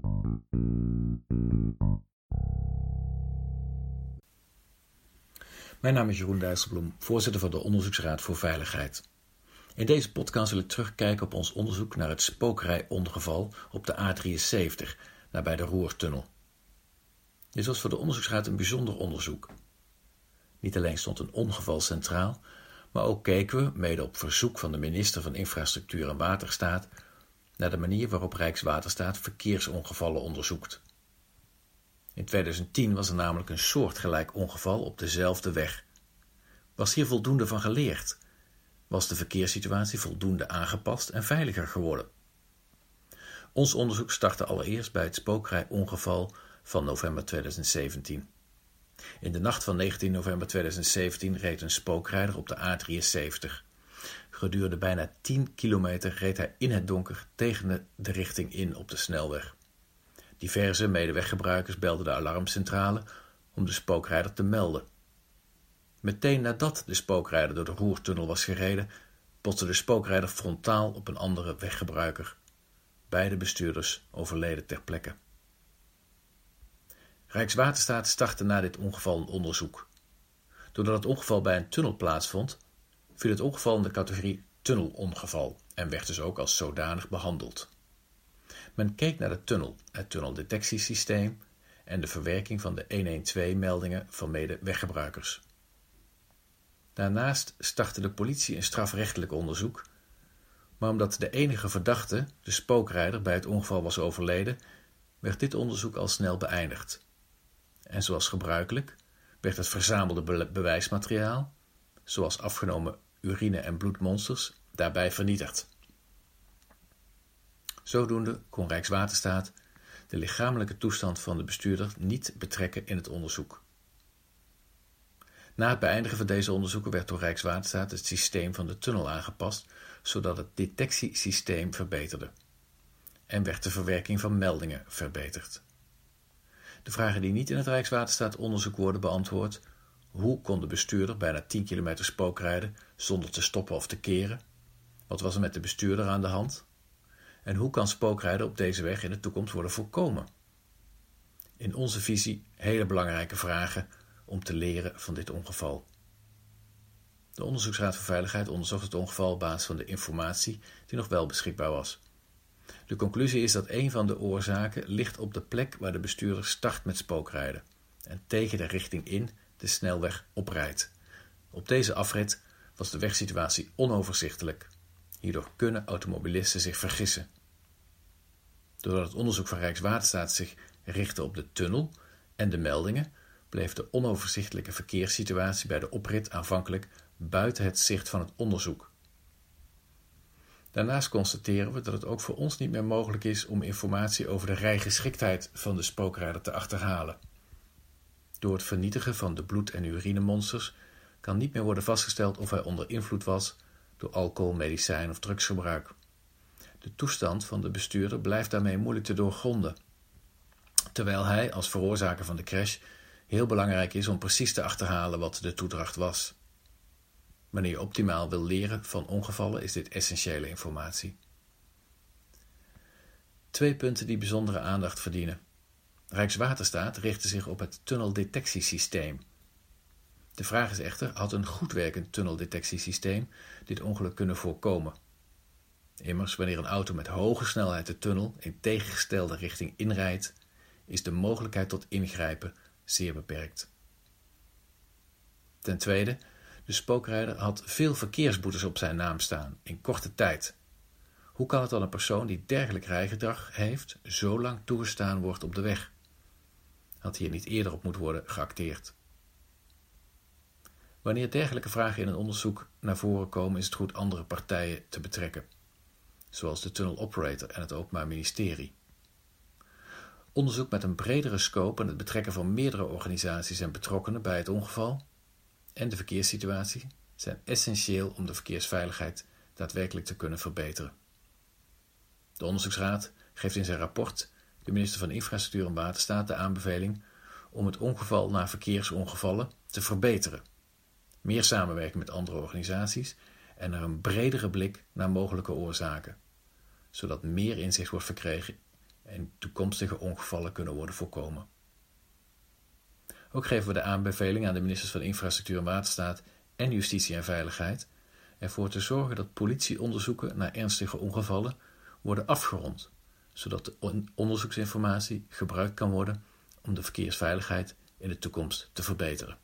Mijn naam is Jeroen Dijsselbloem, voorzitter van de Onderzoeksraad voor Veiligheid. In deze podcast wil ik terugkijken op ons onderzoek naar het spookrijongeval op de A73, nabij de Roertunnel. Dit was voor de Onderzoeksraad een bijzonder onderzoek. Niet alleen stond een ongeval centraal, maar ook keken we, mede op verzoek van de minister van Infrastructuur en Waterstaat, naar de manier waarop Rijkswaterstaat verkeersongevallen onderzoekt. In 2010 was er namelijk een soortgelijk ongeval op dezelfde weg. Was hier voldoende van geleerd? Was de verkeerssituatie voldoende aangepast en veiliger geworden? Ons onderzoek startte allereerst bij het spookrijongeval van november 2017. In de nacht van 19 november 2017 reed een spookrijder op de A73. Gedurende bijna 10 kilometer reed hij in het donker tegen de richting in op de snelweg. Diverse medeweggebruikers belden de alarmcentrale om de spookrijder te melden. Meteen nadat de spookrijder door de Roertunnel was gereden, botste de spookrijder frontaal op een andere weggebruiker. Beide bestuurders overleden ter plekke. Rijkswaterstaat startte na dit ongeval een onderzoek. Doordat het ongeval bij een tunnel plaatsvond, viel het ongeval in de categorie tunnelongeval en werd dus ook als zodanig behandeld. Men keek naar de tunnel, het tunneldetectiesysteem en de verwerking van de 112-meldingen van medeweggebruikers. Daarnaast startte de politie een strafrechtelijk onderzoek, maar omdat de enige verdachte, de spookrijder, bij het ongeval was overleden, werd dit onderzoek al snel beëindigd. En zoals gebruikelijk werd het verzamelde bewijsmateriaal, zoals afgenomen urine- en bloedmonsters, daarbij vernietigd. Zodoende kon Rijkswaterstaat de lichamelijke toestand van de bestuurder niet betrekken in het onderzoek. Na het beëindigen van deze onderzoeken werd door Rijkswaterstaat het systeem van de tunnel aangepast, zodat het detectiesysteem verbeterde. En werd de verwerking van meldingen verbeterd. De vragen die niet in het Rijkswaterstaat-onderzoek worden beantwoord: hoe kon de bestuurder bijna 10 kilometer spookrijden zonder te stoppen of te keren? Wat was er met de bestuurder aan de hand? En hoe kan spookrijden op deze weg in de toekomst worden voorkomen? In onze visie hele belangrijke vragen om te leren van dit ongeval. De Onderzoeksraad voor Veiligheid onderzocht het ongeval op basis van de informatie die nog wel beschikbaar was. De conclusie is dat een van de oorzaken ligt op de plek waar de bestuurder start met spookrijden en tegen de richting in de snelweg oprijdt. Op deze afrit was de wegsituatie onoverzichtelijk. Hierdoor kunnen automobilisten zich vergissen. Doordat het onderzoek van Rijkswaterstaat zich richtte op de tunnel en de meldingen, bleef de onoverzichtelijke verkeerssituatie bij de oprit aanvankelijk buiten het zicht van het onderzoek. Daarnaast constateren we dat het ook voor ons niet meer mogelijk is om informatie over de rijgeschiktheid van de spookrijder te achterhalen. Door het vernietigen van de bloed- en urinemonsters kan niet meer worden vastgesteld of hij onder invloed was door alcohol, medicijn of drugsgebruik. De toestand van de bestuurder blijft daarmee moeilijk te doorgronden, terwijl hij als veroorzaker van de crash heel belangrijk is om precies te achterhalen wat de toedracht was. Wanneer je optimaal wil leren van ongevallen is dit essentiële informatie. 2 punten die bijzondere aandacht verdienen. Rijkswaterstaat richtte zich op het tunneldetectiesysteem. De vraag is echter, had een goed werkend tunneldetectiesysteem dit ongeluk kunnen voorkomen? Immers, wanneer een auto met hoge snelheid de tunnel in tegengestelde richting inrijdt, is de mogelijkheid tot ingrijpen zeer beperkt. Ten tweede, de spookrijder had veel verkeersboetes op zijn naam staan in korte tijd. Hoe kan het dan een persoon die dergelijk rijgedrag heeft, zo lang toegestaan wordt op de weg? Had hier niet eerder op moeten worden geacteerd? Wanneer dergelijke vragen in een onderzoek naar voren komen, is het goed andere partijen te betrekken, zoals de tunnel operator en het Openbaar Ministerie. Onderzoek met een bredere scope en het betrekken van meerdere organisaties en betrokkenen bij het ongeval en de verkeerssituatie zijn essentieel om de verkeersveiligheid daadwerkelijk te kunnen verbeteren. De Onderzoeksraad geeft in zijn rapport de minister van Infrastructuur en Waterstaat de aanbeveling om het ongeval naar verkeersongevallen te verbeteren, meer samenwerken met andere organisaties en een bredere blik naar mogelijke oorzaken, zodat meer inzicht wordt verkregen en toekomstige ongevallen kunnen worden voorkomen. Ook geven we de aanbeveling aan de ministers van Infrastructuur en Waterstaat en Justitie en Veiligheid ervoor te zorgen dat politieonderzoeken naar ernstige ongevallen worden afgerond, zodat de onderzoeksinformatie gebruikt kan worden om de verkeersveiligheid in de toekomst te verbeteren.